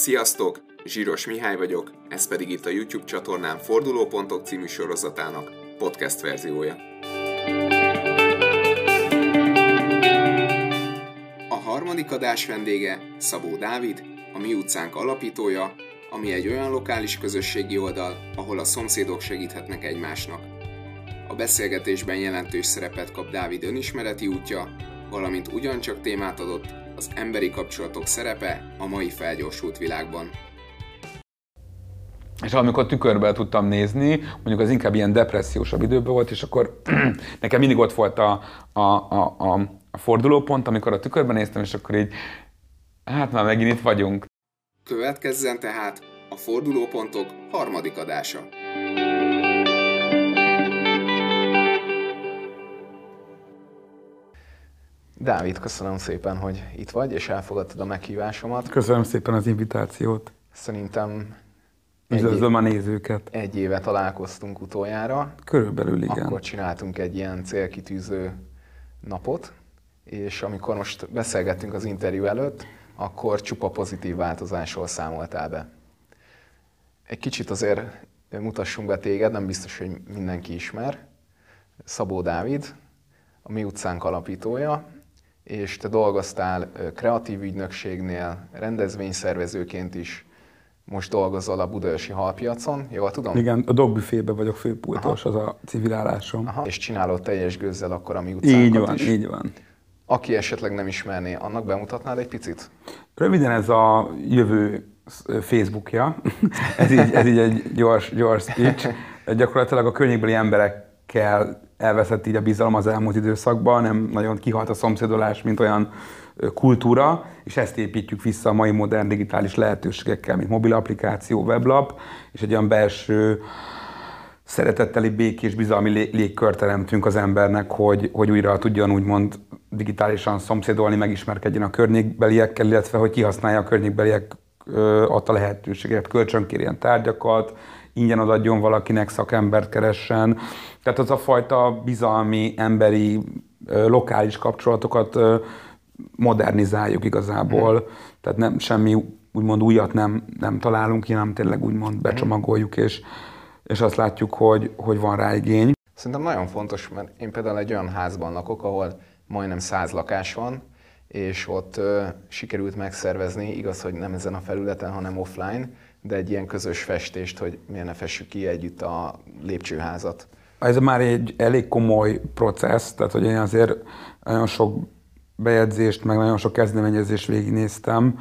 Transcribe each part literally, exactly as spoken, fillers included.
Sziasztok! Zsíros Mihály vagyok, ez pedig itt a YouTube csatornám Fordulópontok című sorozatának podcast verziója. A harmadik adás vendége Szabó Dávid, a Mi Utcánk alapítója, ami egy olyan lokális közösségi oldal, ahol a szomszédok segíthetnek egymásnak. A beszélgetésben jelentős szerepet kap Dávid önismereti útja, valamint ugyancsak témát adott az emberi kapcsolatok szerepe a mai felgyorsult világban. És amikor tükörbe tudtam nézni, mondjuk az inkább ilyen depressziósabb időben volt, és akkor nekem mindig ott volt a, a, a, a, a fordulópont, amikor a tükörben néztem, és akkor így, hát már megint itt vagyunk. Következzen tehát a Fordulópontok harmadik adása. Dávid, köszönöm szépen, hogy itt vagy, és elfogadtad a meghívásomat. Köszönöm szépen az invitációt. Szerintem üdvözlöm a nézőket. Egy éve találkoztunk utoljára. Körülbelül igen. Akkor csináltunk egy ilyen célkitűző napot, és amikor most beszélgettünk az interjú előtt, akkor csupa pozitív változásról számoltál be. Egy kicsit azért mutassunk be téged, nem biztos, hogy mindenki ismer. Szabó Dávid, a Mi Utcánk alapítója, és te dolgoztál kreatív ügynökségnél, rendezvényszervezőként is, most dolgozol a Budaörsi Halpiacon, jól tudom? Igen, a Dogbüfében vagyok főpultos, az a civil állásom. Aha. És csinálod teljes gőzzel akkor a Mi Utcánkat így van, is. Így van. Aki esetleg nem ismerné, annak bemutatnád egy picit? Röviden ez a jövő Facebookja, ez, így, ez így egy gyors, gyors speech. Gyakorlatilag a környékbeli emberekkel elveszett így a bizalom az elmúlt időszakban, nem nagyon kihalt a szomszédolás, mint olyan kultúra, és ezt építjük vissza a mai modern digitális lehetőségekkel, mint mobil applikáció, weblap, és egy olyan belső szeretetteli, békés, bizalmi légkört teremtünk az embernek, hogy, hogy újra tudjon úgymond digitálisan szomszédolni, megismerkedjen a környékbeliekkel, illetve hogy kihasználja a környékbeliek adta lehetőséget, kölcsönkérjen tárgyakat, ingyen adjon valakinek, szakembert keressen. Tehát az a fajta bizalmi, emberi, lokális kapcsolatokat modernizáljuk igazából. Hmm. Tehát nem, semmi úgymond újat nem, nem találunk, hanem tényleg úgymond becsomagoljuk, és, és azt látjuk, hogy, hogy van rá igény. Szerintem nagyon fontos, mert én például egy olyan házban lakok, ahol majdnem száz lakás van, és ott ö, sikerült megszervezni, igaz, hogy nem ezen a felületen, hanem offline, de egy ilyen közös festést, hogy miért ne fessük ki együtt a lépcsőházat. Ez már egy elég komoly processz, tehát hogy én azért nagyon sok bejegyzést, meg nagyon sok kezdeményezést végignéztem,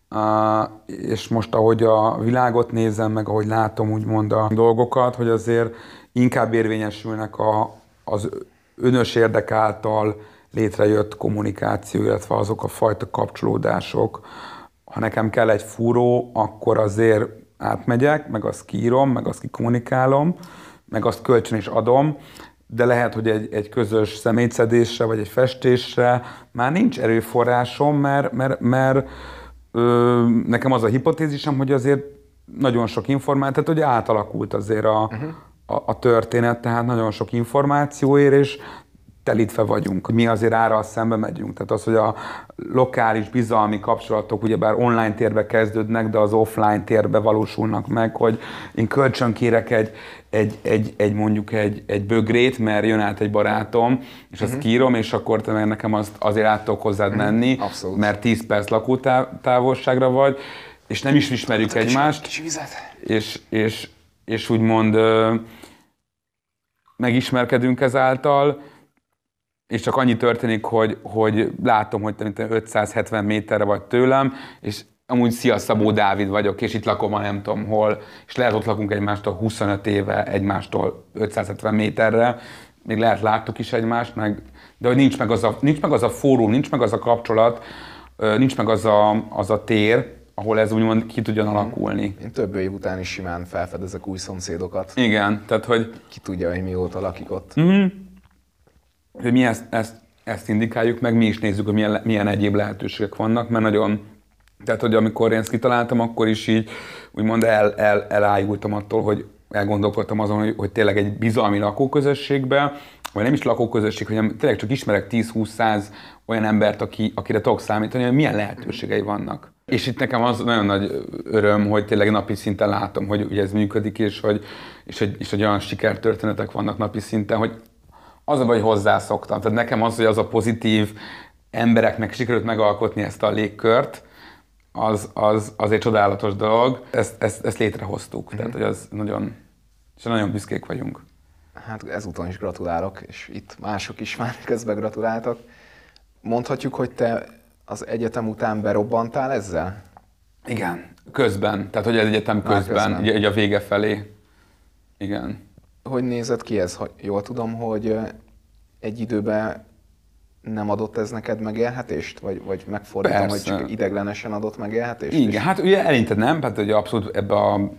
és most ahogy a világot nézem, meg ahogy látom úgymond a dolgokat, hogy azért inkább érvényesülnek a, az önös érdek által létrejött kommunikáció, illetve azok a fajta kapcsolódások. Ha nekem kell egy fúró, akkor azért átmegyek, meg azt kiírom, meg azt kikommunikálom, meg azt kölcsön is adom, de lehet, hogy egy, egy közös szemétszedésre, vagy egy festésre már nincs erőforrásom, mert, mert, mert ö, nekem az a hipotézisem, hogy azért nagyon sok információ, tehát hogy átalakult azért a, uh-huh. a, a történet, tehát nagyon sok információért, és telítve vagyunk, hogy mi azért árral szembe megyünk. Tehát az, hogy a lokális bizalmi kapcsolatok ugyebár online térbe kezdődnek, de az offline térbe valósulnak meg, hogy én kölcsönkérek egy, egy, egy, egy mondjuk egy, egy bögrét, mert jön át egy barátom, és azt uh-huh. kírom, és akkor te meg nekem azt azért át tudok hozzád uh-huh. menni, abszolút. Mert tíz perc lakótávolságra vagy, és nem is ismerjük kis, egymást, kis vizet. És, és, és úgymond megismerkedünk ezáltal, és csak annyi történik, hogy, hogy látom, hogy te ötszázhetven méterre vagy tőlem, és amúgy szia, Szabó Dávid vagyok, és itt lakom a nem tudom hol, és lehet ott lakunk egymástól huszonöt éve, egymástól ötszázhetven méterre, még lehet láttuk is egymást, meg, de hogy nincs meg, az a, nincs meg az a fórum, nincs meg az a kapcsolat, nincs meg az a, az a tér, ahol ez úgymond ki tudjon alakulni. Én több év után is simán felfedezek új szomszédokat. Igen, tehát hogy... Ki tudja, hogy mióta lakik ott. Mm-hmm. Hogy mi ezt, ezt, ezt indikáljuk, meg mi is nézzük, hogy milyen, milyen egyéb lehetőségek vannak, mert nagyon, tehát hogy amikor én ezt kitaláltam, akkor is így úgymond el, el, elájultam attól, hogy elgondolkodtam azon, hogy, hogy tényleg egy bizalmi lakóközösségbe, vagy nem is lakóközösség, hanem tényleg csak ismerek tíz-húsz-száz olyan embert, aki, akire tudok számítani, hogy milyen lehetőségei vannak. És itt nekem az nagyon nagy öröm, hogy tényleg napi szinten látom, hogy ugye ez működik, és hogy, és hogy, és hogy olyan sikertörténetek vannak napi szinten, hogy az a baj, hogy hozzászoktam. Tehát nekem az, hogy az a pozitív embereknek sikerült megalkotni ezt a légkört, az, az, az egy csodálatos dolog. Ezt, ezt, ezt létrehoztuk, mm-hmm. tehát hogy az nagyon, és nagyon büszkék vagyunk. Hát ezúton is gratulálok, és itt mások is már közben gratuláltak. Mondhatjuk, hogy te az egyetem után berobbantál ezzel? Igen, közben. Tehát, hogy az egyetem közben, közben. Ugye a vége felé. Igen. Hogy nézett ki ez? Jól tudom, hogy egy időben nem adott ez neked megélhetést? Vagy, vagy megfordítom, persze. Hogy csak ideglenesen adott megélhetést? Igen, és... hát ugye elinte nem, hát ugye abszolút ebbe a,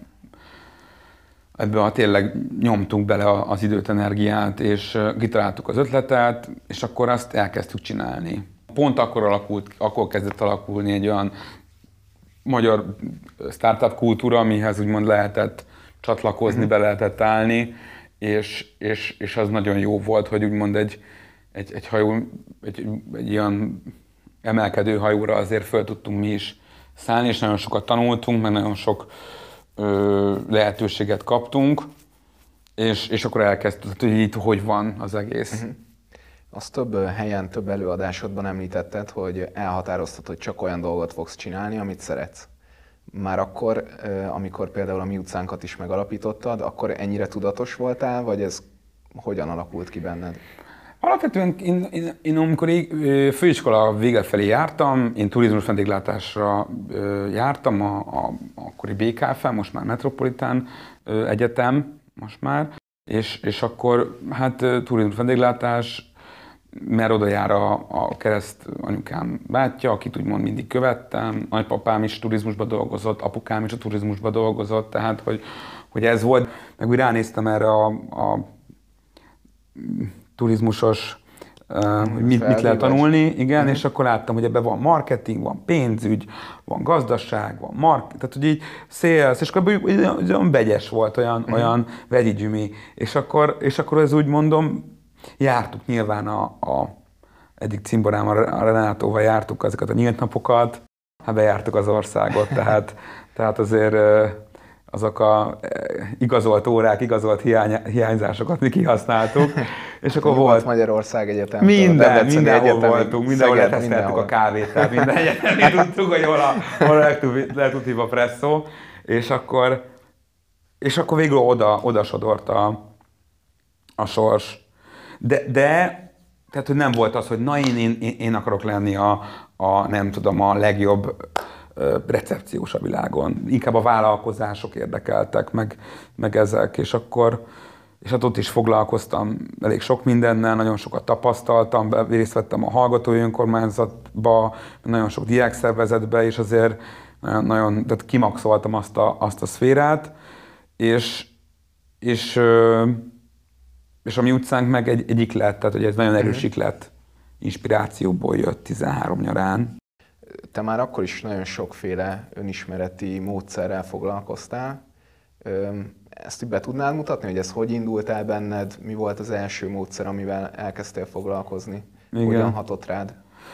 ebbe a tényleg nyomtunk bele az időt, energiát, és kitaláltuk az ötletet, és akkor azt elkezdtük csinálni. Pont akkor alakult, akkor kezdett alakulni egy olyan magyar startup kultúra, amihez úgymond lehetett csatlakozni, be lehetett állni, és, és, és az nagyon jó volt, hogy úgymond egy, egy, egy hajó, egy, egy ilyen emelkedő hajóra azért föl tudtunk mi is szállni, és nagyon sokat tanultunk, meg nagyon sok ö, lehetőséget kaptunk, és, és akkor elkezdtük, hogy itt hogy van az egész. Uh-huh. Azt több helyen, több előadásodban említetted, hogy elhatároztad, hogy csak olyan dolgot fogsz csinálni, amit szeretsz. Már akkor, amikor például a Mi utcánkat is megalapítottad, akkor ennyire tudatos voltál, vagy ez hogyan alakult ki benned? Alapvetően én, én, én amikor főiskola vége felé jártam, én turizmus vendéglátásra jártam, a, a akkori bé ká ef, most már Metropolitán Egyetem, most már, és, és akkor hát turizmus vendéglátás, mert oda jár a, a kereszt anyukám bátyja, akit úgymond mindig követtem, nagypapám is turizmusban dolgozott, apukám is a turizmusban dolgozott, tehát hogy, hogy ez volt. Meg úgy ránéztem erre a, a turizmusos, uh, hogy mit, mit lehet tanulni, igen, uh-huh. És akkor láttam, hogy ebben van marketing, van pénzügy, van gazdaság, van marketing, tehát hogy így sales, és akkor olyan vegyes volt, olyan, uh-huh. olyan vegyigyümi, és akkor, és akkor ez úgy mondom, jártuk nyilván a, a eddig cimborám, a Renátóval jártuk ezeket a nyílt napokat, hát bejártuk az országot, tehát, tehát azért azok a igazolt órák, igazolt hiány, hiányzásokat mi kihasználtuk. És akkor volt Magyarország Egyetem. Minden, mindenhol voltunk, mindenhol leteszteltük a kávét, tehát minden egyetemén tudtuk, hogy hol a, hol a legtutibb a presszó, és akkor, és akkor végül oda, oda sodort a, a sors. De, de tehát, hogy nem volt az, hogy na én, én, én akarok lenni a, a, nem tudom, a legjobb recepciós a világon. Inkább a vállalkozások érdekeltek, meg, meg ezek, és akkor, és hát ott is foglalkoztam elég sok mindennel, nagyon sokat tapasztaltam, részt vettem a hallgatói önkormányzatba, nagyon sok diákszervezetbe, és azért nagyon, nagyon tehát kimaxoltam azt a, azt a szférát, és, és és a Mi utcánk meg egy, egy iklet, tehát hogy ez nagyon erős iklet, inspirációból jött tizenhárom nyarán. Te már akkor is nagyon sokféle önismereti módszerrel foglalkoztál. Ezt így be tudnád mutatni, hogy ez hogy indult el benned, mi volt az első módszer, amivel elkezdtél foglalkozni? Igen. Hogyan hatott rád?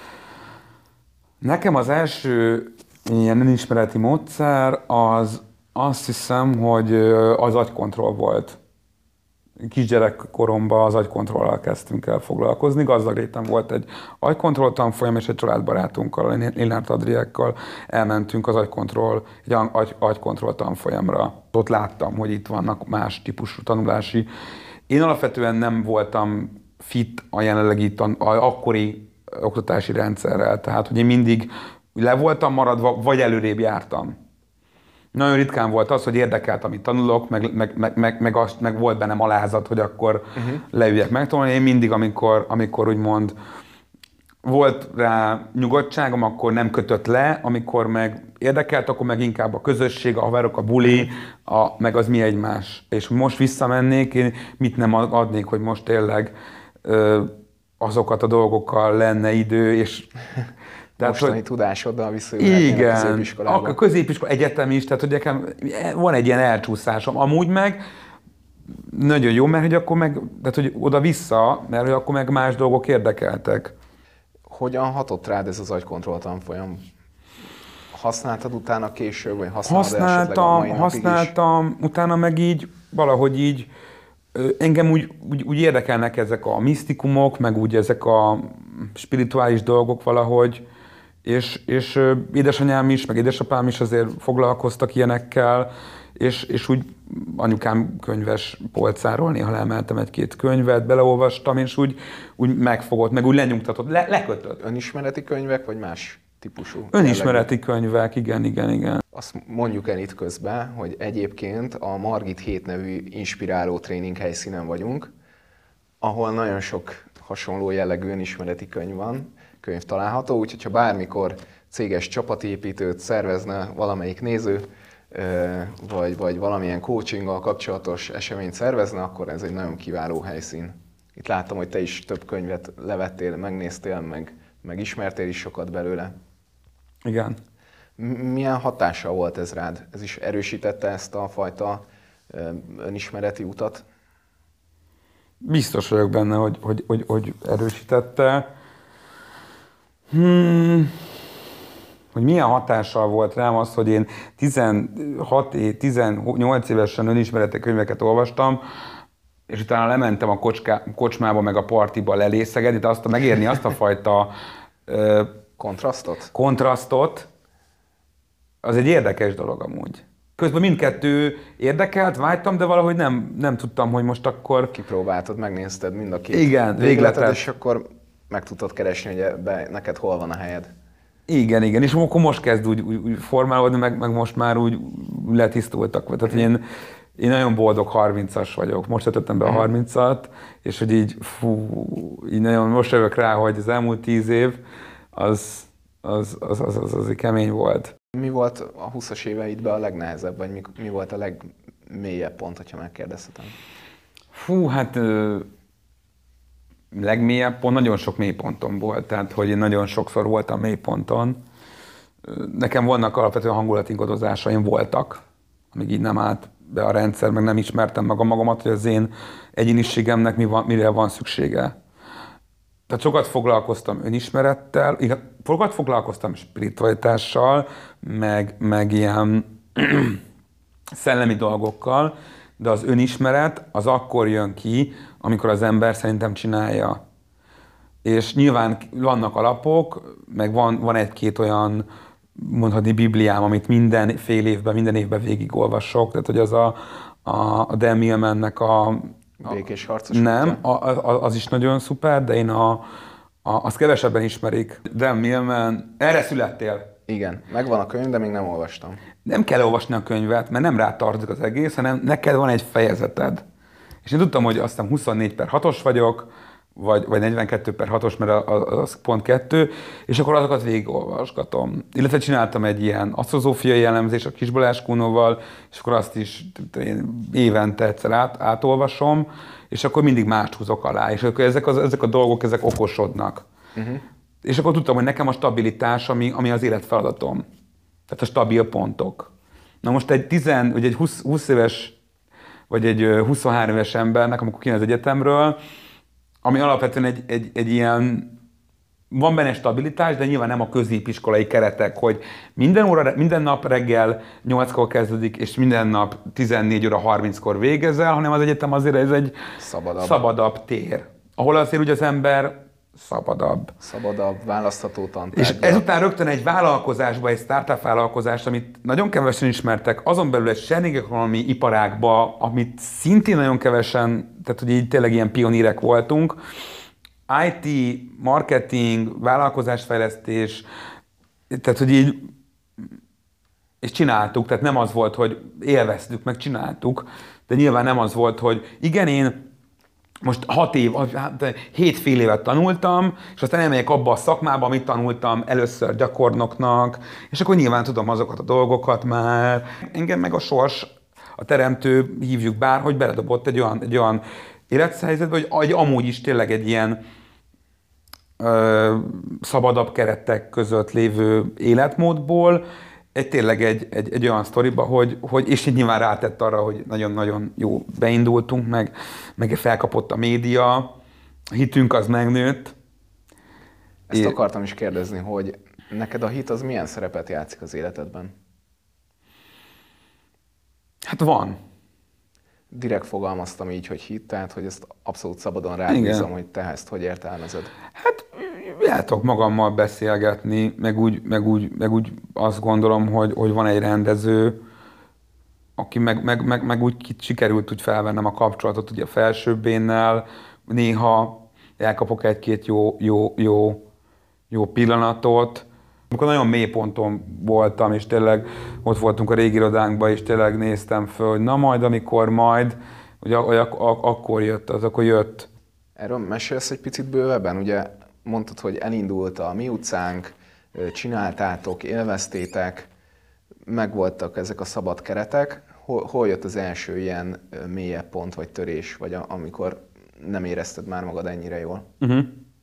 Nekem az első ilyen önismereti módszer az azt hiszem, hogy az agykontroll volt. Kisgyerekkoromban az agykontrollal kezdtünk el foglalkozni. Gazdag réten volt egy agykontroll tanfolyam, és egy családbarátunkkal, Lénárt Adriákkal elmentünk az agykontroll, egy agy, agykontroll tanfolyamra. Ott láttam, hogy itt vannak más típusú tanulási. Én alapvetően nem voltam fit a jelenlegi, tan, a akkori oktatási rendszerrel, tehát hogy én mindig le voltam maradva, vagy előrébb jártam. Nagyon ritkán volt az, hogy érdekelt, amit tanulok, meg, meg, meg, meg, meg, azt, meg volt bennem alázat, hogy akkor uh-huh. leüljek megtanulni. Én mindig, amikor, amikor úgymond volt rá nyugodtságom, akkor nem kötött le, amikor meg érdekelt, akkor meg inkább a közösség, a haverok, a buli, a, meg az mi egymás. És most visszamennék, én mit nem adnék, hogy most tényleg ö, azokat a dolgokkal lenne idő, és tehát, mostani hogy, tudásoddal visszajönni a középiskolába. A középiskola, egyetem is, tehát hogy nekem van egy ilyen elcsúszásom. Amúgy meg nagyon jó, mert hogy akkor meg, tehát hogy oda-vissza, mert hogy akkor meg más dolgok érdekeltek. Hogyan hatott rád ez az agykontroll tanfolyam? Használtad utána később, vagy használod esetleg a mai napig is? Használtam, utána meg így, valahogy így, engem úgy, úgy, úgy érdekelnek ezek a misztikumok, meg úgy ezek a spirituális dolgok valahogy, és, és édesanyám is, meg édesapám is azért foglalkoztak ilyenekkel, és, és úgy anyukám könyves polcáról néha leemeltem egy-két könyvet, beleolvastam, és úgy, úgy megfogott, meg úgy lenyugtatott, le, lekötött. Önismereti könyvek, vagy más típusú? Önismereti könyvek, igen, igen, igen. Azt mondjuk el itt közben, hogy egyébként a Margit hét nevű inspiráló tréning helyszínen vagyunk, ahol nagyon sok hasonló jellegű önismereti könyv van, könyv található, úgyhogy ha bármikor céges csapatépítőt szervezne valamelyik néző, vagy, vagy valamilyen coachinggal kapcsolatos eseményt szervezne, akkor ez egy nagyon kiváló helyszín. Itt láttam, hogy te is több könyvet levettél, megnéztél, meg, meg ismertél is sokat belőle. Igen. Milyen hatással volt ez rád? Ez is erősítette ezt a fajta önismereti utat? Biztos vagyok benne, hogy, hogy, hogy, hogy erősítette. Hmm. Hogy milyen hatással volt rám az, hogy én tizenhat, tizennyolc évesen önismereti könyveket olvastam, és utána lementem a kocská, kocsmába, meg a partiba lelészegedni, de azt megérni azt a fajta ö, kontrasztot? kontrasztot, az egy érdekes dolog amúgy. Közben mindkettő érdekelt, vágytam, de valahogy nem, nem tudtam, hogy most akkor... Kipróbáltad, megnézted mind a két igen, végletet, és akkor meg tudtad keresni, hogy ebbe neked hol van a helyed. Igen, igen, és akkor most kezd úgy, úgy, úgy formálódni, meg, meg most már úgy letisztultak. Tehát én, én nagyon boldog harmincas vagyok, most ötöttem be a harmincat, és hogy így, fú, így nagyon most jövök rá, hogy az elmúlt tíz év az, az, az, az, az, az kemény volt. Mi volt a húszas éveidben a legnehezebb, vagy mi, mi volt a legmélyebb pont, hogyha megkérdezhetem? Fú, hát... legmélyebb pont, nagyon sok mélyponton volt, tehát hogy én nagyon sokszor voltam mélyponton. Nekem vannak alapvetően hangulatingadozásaim voltak, amíg így nem állt be a rendszer, meg nem ismertem meg a magamat, hogy az én egyéniségemnek mi van, mire van szüksége. Tehát sokat foglalkoztam önismerettel, sokat foglalkoztam spiritualitással, meg, meg ilyen szellemi dolgokkal, de az önismeret az akkor jön ki, amikor az ember szerintem csinálja. És nyilván vannak alapok, meg van, van egy-két olyan, mondhatni bibliám, amit minden fél évben, minden évben végigolvasok, tehát hogy az a, a, a Dan Millmannek a... a Békés harcos. Nem, a, a, az is nagyon szuper, de én a, a, azt kevesebben ismerik. Dan Millman, erre születtél. Igen, megvan a könyv, de még nem olvastam. Nem kell olvasni a könyvet, mert nem rátartozik az egész, hanem neked van egy fejezeted. És én tudtam, hogy aztán huszonnégy per hatos vagyok, vagy, vagy negyvenkettő per hatos, mert az pont kettő, és akkor azokat végigolvasgatom. Illetve csináltam egy ilyen asztrozófiai elemzést a Kis Balázs Kunóval, és akkor azt is én évente egyszer át, átolvasom, és akkor mindig mást húzok alá, és akkor ezek, az, ezek a dolgok, ezek okosodnak. Uh-huh. És akkor tudtam, hogy nekem a stabilitás, ami, ami az életfeladatom. Tehát a stabil pontok. Na most egy, tíz, vagy egy húsz, húsz éves, vagy egy huszonhárom éves embernek, amikor kijön az egyetemről, ami alapvetően egy, egy, egy ilyen, van benne stabilitás, de nyilván nem a középiskolai keretek, hogy minden, óra, minden nap reggel nyolckor kezdődik, és minden nap tizennégy óra harminckor végezel, hanem az egyetem azért ez egy szabadabb, szabadabb tér, ahol azért ugye az ember szabadabb. Szabadabb, választható tantárgya. És ezután rögtön egy vállalkozásba, egy startup vállalkozás, amit nagyon kevesen ismertek, azon belül egy sharing economy iparágba, amit szintén nagyon kevesen, tehát hogy így tényleg ilyen pionírek voltunk. i té, marketing, vállalkozásfejlesztés, tehát hogy így, és csináltuk, tehát nem az volt, hogy élveztük, meg csináltuk, de nyilván nem az volt, hogy igen, én most hat év, hét fél évet tanultam, és aztán elmegyek abba a szakmába, amit tanultam először gyakornoknak, és akkor nyilván tudom azokat a dolgokat már. Engem meg a sors, a teremtő, hívjuk bár, hogy beledobott egy olyan, egy olyan élethelyzetbe, hogy, hogy amúgy is tényleg egy ilyen ö, szabadabb keretek között lévő életmódból egy tényleg egy, egy, egy olyan sztoriba, hogy, hogy, és így nyilván rátett arra, hogy nagyon-nagyon jó beindultunk, meg, meg felkapott a média, a hitünk az megnőtt. Ezt é... akartam is kérdezni, hogy neked a hit az milyen szerepet játszik az életedben? Hát van. Direkt fogalmaztam így, hogy hit, tehát hogy ezt abszolút szabadon rábízom, hogy te ezt hogy értelmezed. Hát el tudok magammal beszélgetni, meg úgy, meg úgy, meg úgy azt gondolom, hogy, hogy van egy rendező, aki meg, meg, meg, meg úgy sikerült úgy felvennem a kapcsolatot ugye a felsőbbénnel, néha elkapok egy-két jó, jó, jó, jó pillanatot. Amikor nagyon mély ponton voltam, és tényleg ott voltunk a régi irodánkban, és tényleg néztem föl, hogy na majd, amikor majd, hogy ak- ak- akkor jött, az akkor jött. Erről mesélsz egy picit bővebben? Ugye mondtad, hogy elindult a Mi utcánk, csináltátok, élveztétek, megvoltak ezek a szabad keretek. Hol, hol jött az első ilyen mélyebb pont, vagy törés, vagy a, amikor nem érezted már magad ennyire jól? Uh-huh.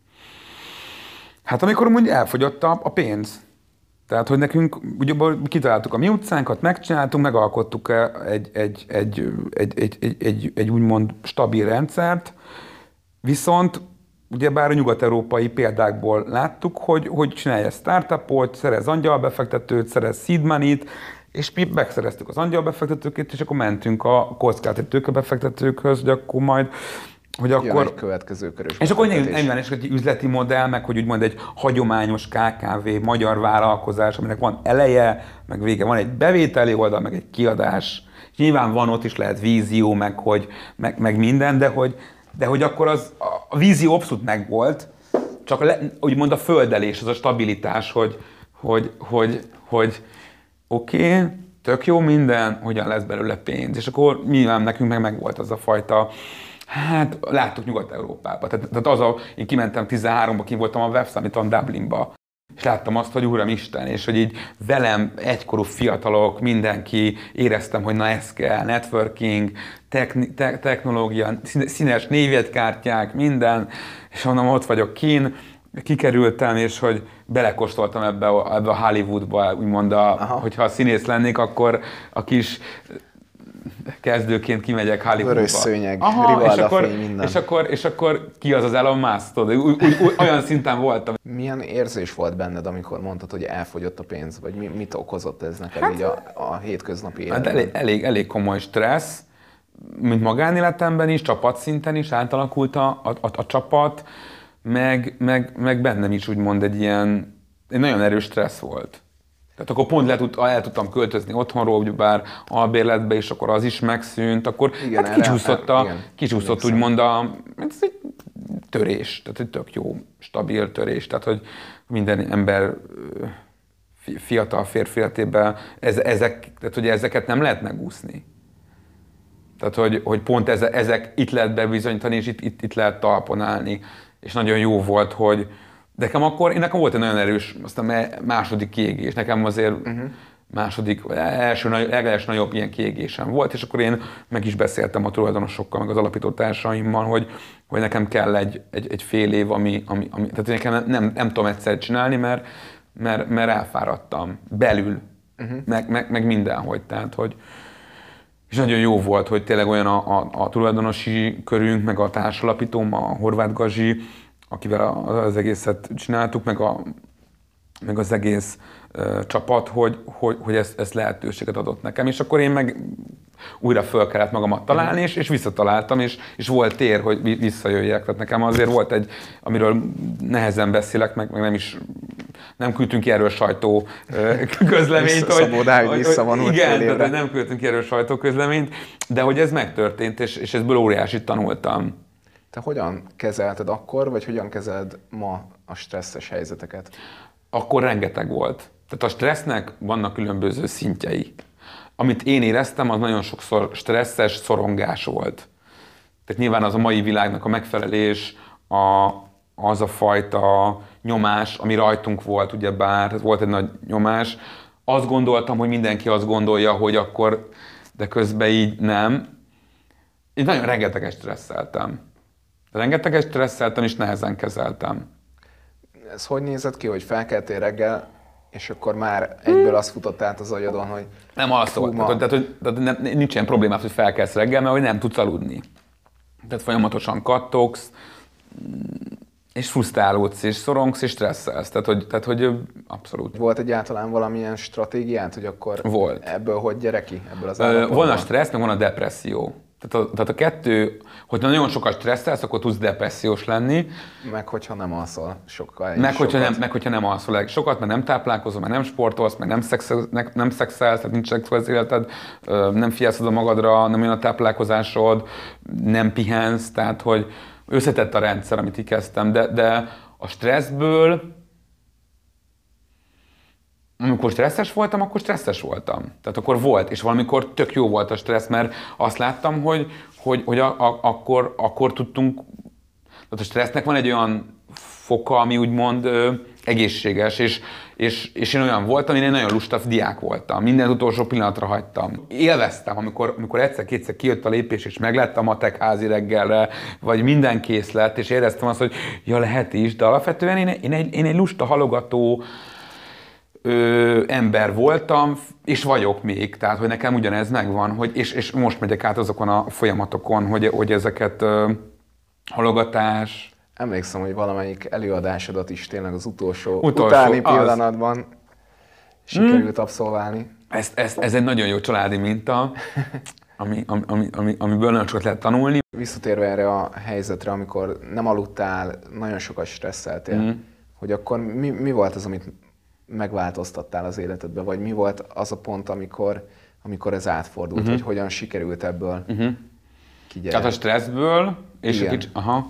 Hát amikor úgy elfogyott a, a pénz. Tehát, hogy nekünk, ugye kitaláltuk a Mi utcánkat, megcsináltunk, megalkottuk egy, egy, egy, egy, egy, egy, egy, egy úgymond stabil rendszert, viszont ugyebár a nyugat-európai példákból láttuk, hogy, hogy csinálj egy startupot, szerez angyalbefektetőt, szerez seed money-t, és mi megszereztük az angyalbefektetőket, és akkor mentünk a kockázati tőkebefektetőkhöz, hogy akkor majd hogy akkor... egy következő körös. És akkor egyben is egy üzleti modell, meg hogy úgymond egy hagyományos ká ká vé, magyar vállalkozás, aminek van eleje, meg vége, van egy bevételi oldal, meg egy kiadás. És nyilván van ott is lehet vízió, meg, hogy, meg, meg minden, de hogy, de hogy akkor az, a vízió abszolút megvolt, csak a, úgymond a földelés, az a stabilitás, hogy, hogy, hogy, hogy oké, okay, tök jó minden, hogyan lesz belőle pénz. És akkor nyilván nekünk meg megvolt az a fajta. Hát láttuk Nyugat-Európába. Tehát, tehát az a, én kimentem tizenháromba, ki voltam a Web Summiton Dublinba, és láttam azt, hogy Uramisten, és hogy így velem egykorú fiatalok, mindenki, éreztem, hogy na ez kell, networking, techni, te, technológia, színes névjegykártyák, minden, és onnan ott vagyok kín, kikerültem, és hogy belekóstoltam ebbe a, ebbe a Hollywoodba, úgymond, a, hogyha színész lennék, akkor a kis kezdőként kimegyek Hollywoodba. Vörös szőnyeg, Rivalda fény, minden. És akkor, és akkor ki az az Elon Musk, tudod, úgy, úgy, úgy, olyan szinten voltam. Milyen érzés volt benned, amikor mondtad, hogy elfogyott a pénz, vagy mi, mit okozott ez neked hát, így a, a hétköznapi életben? Hát elég, elég, elég komoly stressz, mint magánéletemben is, csapatszinten is átalakult a, a, a, a csapat, meg, meg, meg bennem is úgymond egy ilyen, egy nagyon erős stressz volt. Tehát akkor pont le tud, el tudtam költözni otthonról, bár albérletbe, és akkor az is megszűnt, akkor igen, hát kicsúszott, a, igen, kicsúszott úgymond a, ez egy törés, tehát egy tök jó, stabil törés, tehát hogy minden ember fiatal férfi életében ez, ezek, tehát hogy ezeket nem lehet megúszni. Tehát, hogy, hogy pont ezek, ezek itt lehet bebizonyítani, és itt, itt, itt lehet talpon állni. És nagyon jó volt, hogy de nekem akkor, én nekem volt egy nagyon erős, aztán második kiégés, nekem azért uh-huh. második, első, legalábbis nagyobb ilyen kiégésem volt, és akkor én meg is beszéltem a tulajdonosokkal, meg az alapító társaimmal, hogy, hogy nekem kell egy, egy, egy fél év, ami, ami, ami tehát nekem nem, nem tudom egyszer csinálni, mert, mert, mert elfáradtam belül, uh-huh. meg, meg, meg mindenhogy, tehát hogy és nagyon jó volt, hogy tényleg olyan a, a, a tulajdonosi körünk, meg a társalapítóm, a Horváth Gazsi, akivel az egészet csináltuk, meg, a, meg az egész uh, csapat, hogy, hogy, hogy ezt, ezt lehetőséget adott nekem. És akkor én meg újra föl kellett magamat találni, és, és visszataláltam, és, és volt tér, hogy visszajöjjek. Tehát nekem azért volt egy, amiről nehezen beszélek, meg, meg nem is, nem küldtünk ki erről sajtó közleményt. Szabó Dávid visszavonult igen, tehát nem küldtünk ki erről sajtóközleményt, de hogy ez megtörtént, és, és ebből óriásit tanultam. Te hogyan kezelted akkor, vagy hogyan kezeled ma a stresszes helyzeteket? Akkor rengeteg volt. Tehát a stressznek vannak különböző szintjei. Amit én éreztem, az nagyon sokszor stresszes szorongás volt. Tehát nyilván az a mai világnak a megfelelés, a, az a fajta nyomás, ami rajtunk volt, ugyebár, ez volt egy nagy nyomás. Azt gondoltam, hogy mindenki azt gondolja, hogy akkor, de közben így nem. Én nagyon rengeteget stresszeltem. Rengeteget stresszeltem és nehezen kezeltem. Ez hogy nézett ki, hogy felkeltél reggel, És akkor már egyből azt futott át az agyadon, hogy... Nem alszol, ma... tehát, tehát, tehát nem, nincs ilyen problémát, hogy felkelsz reggel, mert hogy nem tudsz aludni. Tehát folyamatosan kattogsz, és frusztrálódsz, és szorongsz, és stresszelsz. Tehát, hogy, tehát, hogy abszolút. Volt egyáltalán valamilyen stratégiát, hogy akkor Volt. Ebből hogy gyere ki? Ebből az van a stressz, meg van a depresszió. Tehát a, tehát a kettő, hogyha nagyon sokat stresszelsz, akkor tudsz depressziós lenni. Meg hogyha nem alszol sokkal. Meg hogyha, nem, meg hogyha nem alszol sokat, mert nem táplálkozol, mert nem sportolsz, mert nem, szexel, nem szexelsz, tehát nincs szexuális életed, nem figyelsz oda magadra, nem olyan a táplálkozásod, nem pihensz, tehát hogy összetett a rendszer, amit így kezdtem, de, de a stresszből, amikor stresszes voltam, akkor stresszes voltam. Tehát akkor volt, és valamikor tök jó volt a stressz, mert azt láttam, hogy, hogy, hogy a, a, akkor, akkor tudtunk, tehát a stressznek van egy olyan foka, ami úgymond ö, egészséges, és, és, és én olyan voltam, én egy nagyon lusta diák voltam. Minden utolsó pillanatra hagytam. Élveztem, amikor, amikor egyszer-kétszer kijött a lépés, és megláttam a matek házi reggelre, vagy minden kész lett, és éreztem azt, hogy ja, lehet is, de alapvetően én, én, egy, én egy lusta halogató Ö, ember voltam, és vagyok még, tehát hogy nekem ugyanez megvan, hogy, és, és most megyek át azokon a folyamatokon, hogy, hogy ezeket ö, halogatás. Emlékszem, hogy valamelyik előadásodat is tényleg az utolsó, utolsó utáni az. pillanatban sikerült hmm. abszolválni. Ez, ez, ez egy nagyon jó családi minta, ami, ami, ami, ami, amiből nagyon sokat lehet tanulni. Visszatérve erre a helyzetre, amikor nem aludtál, nagyon sokat stresszeltél, hmm. hogy akkor mi, mi volt az, amit megváltoztattál az életedben, vagy mi volt az a pont, amikor, amikor ez átfordult, uh-huh. hogy hogyan sikerült ebből uh-huh. kigyere? Tehát a stresszből, és a kicsi... Aha.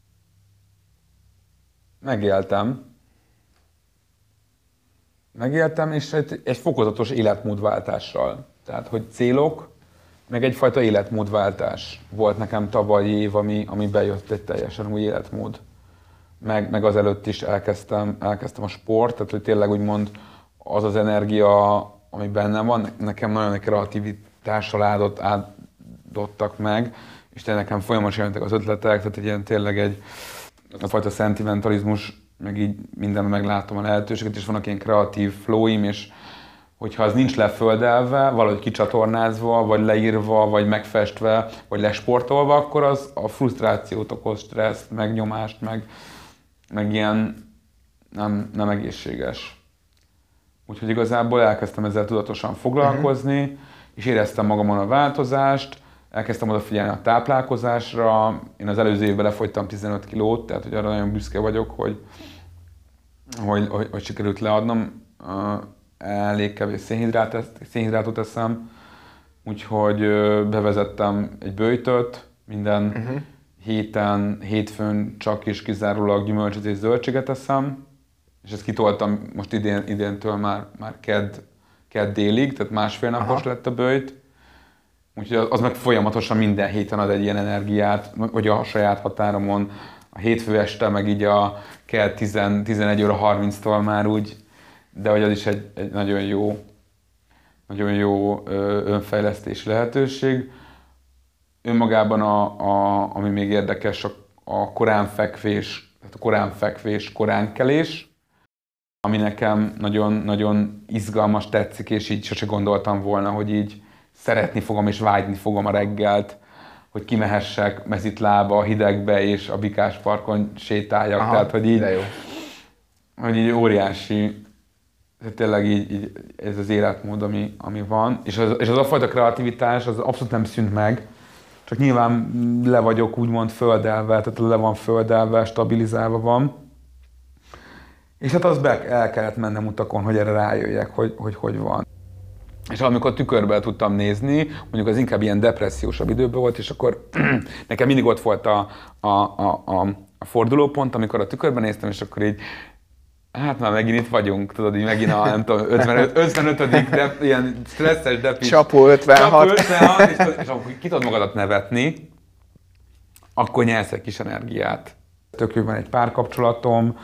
Megéltem. Megéltem, és egy, egy fokozatos életmódváltással. Tehát, hogy célok, meg egyfajta életmódváltás volt nekem tavalyi év, ami, ami bejött egy teljesen új életmód. Meg, meg azelőtt is elkezdtem, elkezdtem a sport, tehát hogy tényleg úgymond az az energia, ami bennem van, nekem nagyon egy kreativitással áldott, áldottak meg, és tényleg nekem folyamatosan jöttek az ötletek, tehát egy ilyen tényleg egy a fajta szentimentalizmus, meg így mindenben meglátom a lehetőséget, és vannak ilyen kreatív flowim, és hogyha az nincs leföldelve, valahogy kicsatornázva, vagy leírva, vagy megfestve, vagy lesportolva, akkor az a frusztrációt okoz, stresszt, meg nyomást, meg meg ilyen nem, nem egészséges. Úgyhogy igazából elkezdtem ezzel tudatosan foglalkozni, uh-huh. és éreztem magamon a változást, elkezdtem odafigyelni a táplálkozásra. Én az előző évben lefogytam tizenöt kilót, tehát hogy arra nagyon büszke vagyok, hogy, hogy, hogy, hogy sikerült leadnom. Elég kevés szénhidrátot, szénhidrátot eszem, úgyhogy bevezettem egy böjtöt, minden uh-huh. héten, hétfőn csak és kizárólag gyümölcsöt és zöldséget eszem, és ezt kitoltam most idén, idéntől már, már kedd, kedd délig, tehát másfél napos Aha. lett a böjt. Úgyhogy az meg folyamatosan minden héten ad egy ilyen energiát, vagy a saját határomon. A hétfő este meg így a kedd tizenegy óra harminctól már úgy, de hogy az is egy, egy nagyon jó, nagyon jó önfejlesztési lehetőség. Önmagában, a, a, ami még érdekes, a, a koránfekvés, tehát a koránfekvés, koránkelés, ami nekem nagyon, nagyon izgalmas, tetszik, és így sose gondoltam volna, hogy így szeretni fogom és vágyni fogom a reggelt, hogy kimehessek mezitlába, a hidegbe és a Bikás parkon sétáljak. Aha, tehát, hogy így, jó. hogy így óriási, tényleg így, így ez az életmód, ami, ami van. És az, és az a fajta kreativitás az abszolút nem szűnt meg, csak nyilván le vagyok úgymond földelve, tehát le van földelve, stabilizálva van. És hát az be el kellett mennem utakon, hogy erre rájöjjek, hogy hogy, hogy van. És amikor tükörbe tudtam nézni, mondjuk az inkább ilyen depressziósabb időben volt, és akkor nekem mindig ott volt a, a, a, a, a fordulópont, amikor a tükörben néztem, és akkor így, hát már megint itt vagyunk, tudod, így megint a, nem tudom, ötvenöt, ötvenötödik de, ilyen stresszes depis. Csapó ötvenhat. Csapó ötvenhat, és, és akkor ki tudod magadat nevetni, akkor nyersz egy kis energiát. Tök jó, van egy párkapcsolatom,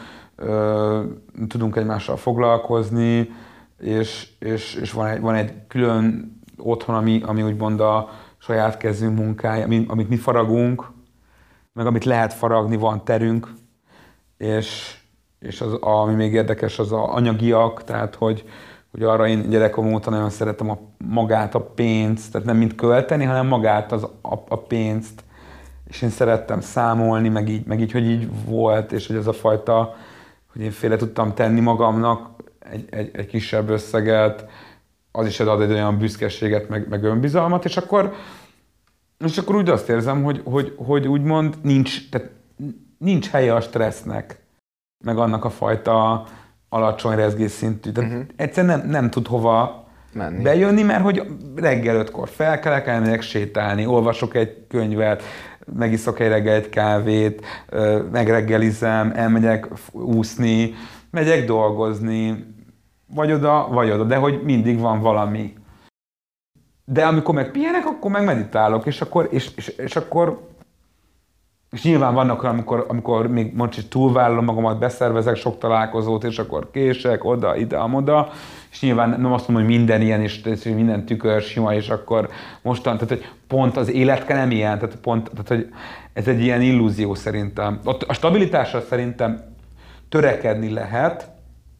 tudunk egymással foglalkozni, és, és, és van, egy, van egy külön otthon, ami, ami úgymond a saját kezünk munkája, amit mi faragunk, meg amit lehet faragni, van terünk, és, és az, ami még érdekes, az a anyagiak, tehát hogy, hogy arra én gyerekkom óta nagyon szeretem a, magát a pénzt, tehát nem mint költeni, hanem magát az, a, a pénzt, és én szerettem számolni, meg így, meg így, hogy így volt, és hogy ez a fajta, hogy én félre tudtam tenni magamnak egy, egy, egy kisebb összeget, az is ad egy olyan büszkeséget, meg, meg önbizalmat, és akkor, és akkor úgy azt érzem, hogy, hogy, hogy úgymond nincs, tehát nincs helye a stressznek, meg annak a fajta alacsony rezgésszintű. Tehát uh-huh. egyszerűen nem, nem tud hova menni. Bejönni, mert hogy reggel ötkor felkelek, elmegyek sétálni, olvasok egy könyvet, megiszok egy reggel egy kávét, megreggelizem, elmegyek úszni, megyek dolgozni, vagy oda, vagy oda, de hogy mindig van valami. De amikor meg pihenek, akkor meg meditálok, és akkor, és, és, és akkor és nyilván vannak olyan, amikor, amikor még most túlvállalom magamat, beszervezek sok találkozót, és akkor kések oda, ide, amoda, és nyilván nem azt mondom, hogy minden ilyen, és minden tükör sima, és akkor mostan, tehát hogy pont az életke nem ilyen, tehát pont, tehát hogy ez egy ilyen illúzió szerintem. A stabilitásra szerintem törekedni lehet,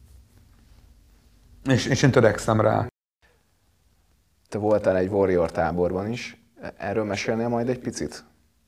és, és én törekszem rá. Te voltál egy Warrior táborban is, erről mesélnél majd egy picit?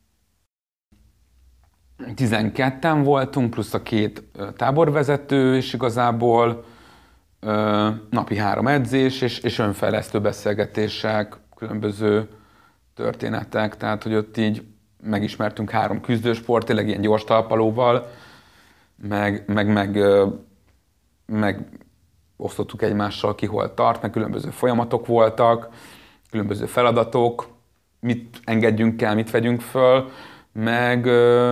tizenketten voltunk, plusz a két táborvezető, és igazából ö, napi három edzés, és, és önfejlesztő beszélgetések, különböző történetek, tehát hogy ott így megismertünk három küzdősport, tényleg ilyen gyors talpalóval, meg, meg, meg, meg osztottuk egymással ki hol tart, meg különböző folyamatok voltak, különböző feladatok, mit engedjünk el, mit vegyünk föl, meg,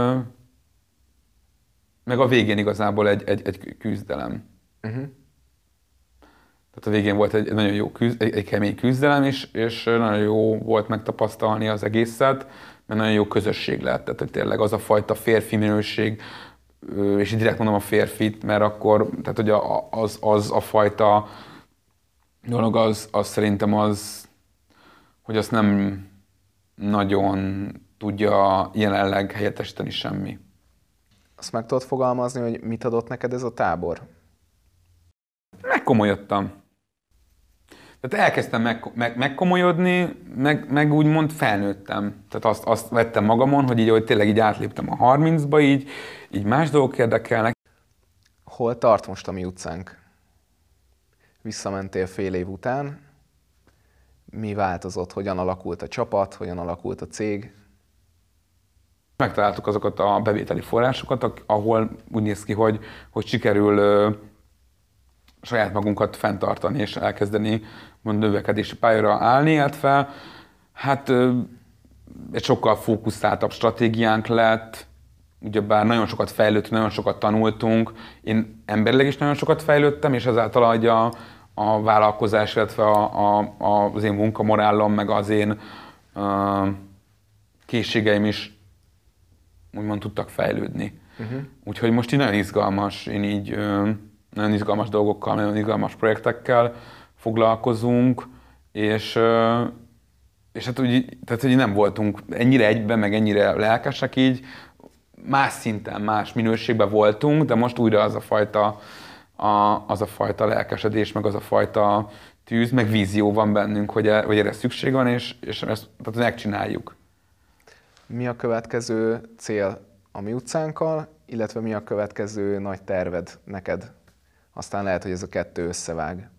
meg a végén igazából egy, egy, egy küzdelem. Uh-huh. Tehát a végén volt egy nagyon jó küzd, egy, egy kemény küzdelem is, és nagyon jó volt megtapasztalni az egészet, mert nagyon jó közösség lett. Tehát hogy tényleg az a fajta férfi minőség, és direkt mondom a férfit, mert akkor, tehát hogy az, az a fajta dolog, az, az szerintem az, hogy azt nem nagyon tudja jelenleg helyettesíteni semmi. Azt meg tudod fogalmazni, hogy mit adott neked ez a tábor? Megkomolyodtam. Tehát elkezdtem meg, meg, megkomolyodni, meg, meg úgymond felnőttem. Tehát azt, azt vettem magamon, hogy így, hogy tényleg így átléptem a harmincba, így, így más dolgok érdekelnek. Hol tart most a Mi utcánk? Visszamentél fél év után. Mi változott? Hogyan alakult a csapat? Hogyan alakult a cég? Megtaláltuk azokat a bevételi forrásokat, ahol úgy néz ki, hogy, hogy sikerül ö, saját magunkat fenntartani és elkezdeni mond, növekedési pályára állni, illetve hát ö, egy sokkal fókuszáltabb stratégiánk lett, ugyebár nagyon sokat fejlődtünk, nagyon sokat tanultunk, én emberileg is nagyon sokat fejlődtem, és ezáltal hogy a, a vállalkozás, illetve a, a, az én munkamorálom, meg az én ö, készségeim is úgymond tudtak fejlődni. Uh-huh. Úgyhogy most így nagyon izgalmas, én így ö, nagyon izgalmas dolgokkal, nagyon izgalmas projektekkel foglalkozunk, és, ö, és hát úgy, tehát, hogy nem voltunk ennyire egyben, meg ennyire lelkesek így, más szinten, más minőségben voltunk, de most újra az a fajta, a, az a fajta lelkesedés, meg az a fajta tűz, meg vízió van bennünk, hogy, e, hogy erre szükség van, és, és ezt tehát megcsináljuk. Mi a következő cél a Mi utcánkkal, illetve mi a következő nagy terved neked? Aztán lehet, hogy ez a kettő összevág.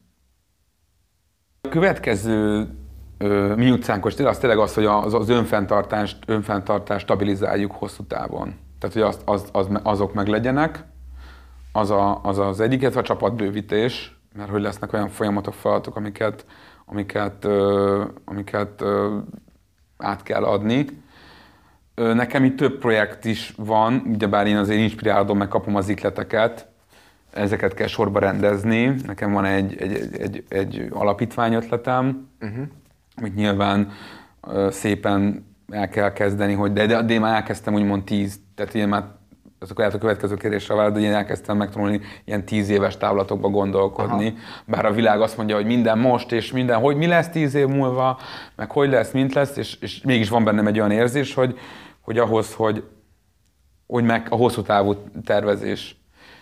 A következő ö, Mi utcánkos az tényleg az, hogy az, az önfenntartást, önfenntartást stabilizáljuk hosszú távon. Tehát, hogy az, az, az, azok meg legyenek, az, a, az az egyik, illetve a csapatbővítés, mert hogy lesznek olyan folyamatok, feladatok, amiket, amiket, ö, amiket ö, át kell adni. Nekem itt több projekt is van, ugyebár én azért inspirálódom, meg kapom az ikleteket, ezeket kell sorba rendezni. Nekem van egy, egy, egy, egy alapítvány ötletem, uh-huh. amit nyilván uh, szépen el kell kezdeni, hogy de, de, de én már elkezdtem úgymond tíz, tehát én már, azok lehet a következő kérdésre vár, de én elkezdtem megtanulni ilyen tíz éves távlatokba gondolkodni. Aha. Bár a világ azt mondja, hogy minden most, és minden, hogy mi lesz tíz év múlva, meg hogy lesz, mint lesz, és, és mégis van bennem egy olyan érzés, hogy, hogy ahhoz, hogy, hogy meg a hosszú távú tervezés.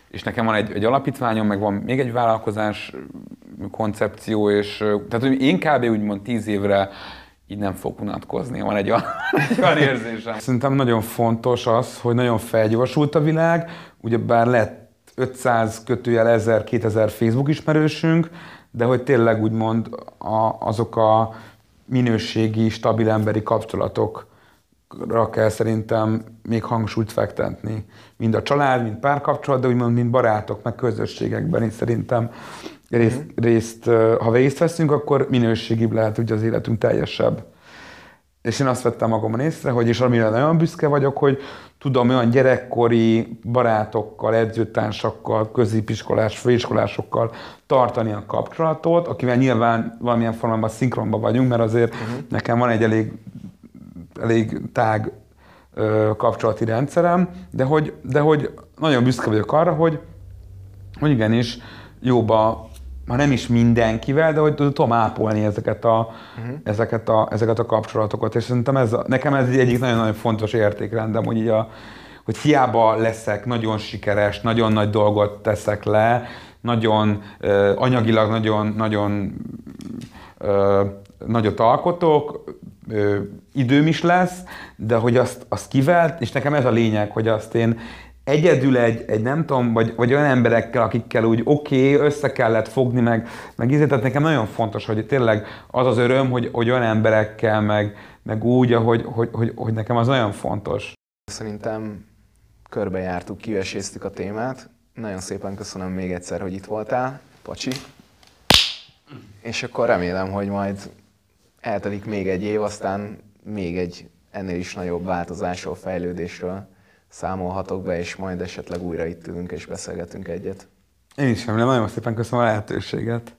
és nekem van egy, egy alapítványom, meg van még egy vállalkozás koncepció, és tehát hogy én kb. Úgymond tíz évre így nem fog unatkozni, van egy olyan, egy olyan érzésem. Szerintem nagyon fontos az, hogy nagyon felgyorsult a világ, ugyebár lett ötszáz kötőjel ezer, kétezer Facebook ismerősünk, de hogy tényleg úgymond a, azok a minőségi, stabil emberi kapcsolatokra kell szerintem még hangsúlyt fektetni. Mind a család, mind párkapcsolat, de úgymond mind barátok, meg közösségekben is szerintem részt, részt, ha részt veszünk, akkor minőségibb lehet ugye az életünk teljesebb. És én azt vettem magamon észre, hogy és amire nagyon büszke vagyok, hogy tudom olyan gyerekkori barátokkal, edzőtársakkal, középiskolás, főiskolásokkal tartani a kapcsolatot, akivel nyilván valamilyen formában szinkronban vagyunk, mert azért uh-huh. nekem van egy elég, elég tág ö, kapcsolati rendszerem, de hogy, de hogy nagyon büszke vagyok arra, hogy, hogy igenis jóba, ha nem is mindenkivel, de hogy tudom ápolni ezeket a, uh-huh. ezeket a, ezeket a kapcsolatokat, és szerintem ez a, nekem ez egyik nagyon-nagyon fontos értékrendem, hogy, így a, hogy hiába leszek nagyon sikeres, nagyon nagy dolgot teszek le, nagyon uh, anyagilag nagyon, nagyon uh, nagyot alkotok, uh, időm is lesz, de hogy azt, azt kivelt, és nekem ez a lényeg, hogy azt én egyedül egy, egy nem tudom, vagy, vagy olyan emberekkel, akikkel úgy oké, okay, össze kellett fogni, meg, meg ízét, tehát nekem nagyon fontos, hogy tényleg az az öröm, hogy, hogy olyan emberekkel, meg, meg úgy, hogy, hogy, hogy, hogy nekem az nagyon fontos. Szerintem körbejártuk, kiveséztük a témát. Nagyon szépen köszönöm még egyszer, hogy itt voltál, Pacsi. És akkor remélem, hogy majd eltelik még egy év, aztán még egy ennél is nagyobb változásról, fejlődésről számolhatok be, és majd esetleg újra itt ülünk és beszélgetünk egyet. Én is remélem, nagyon szépen köszönöm a lehetőséget.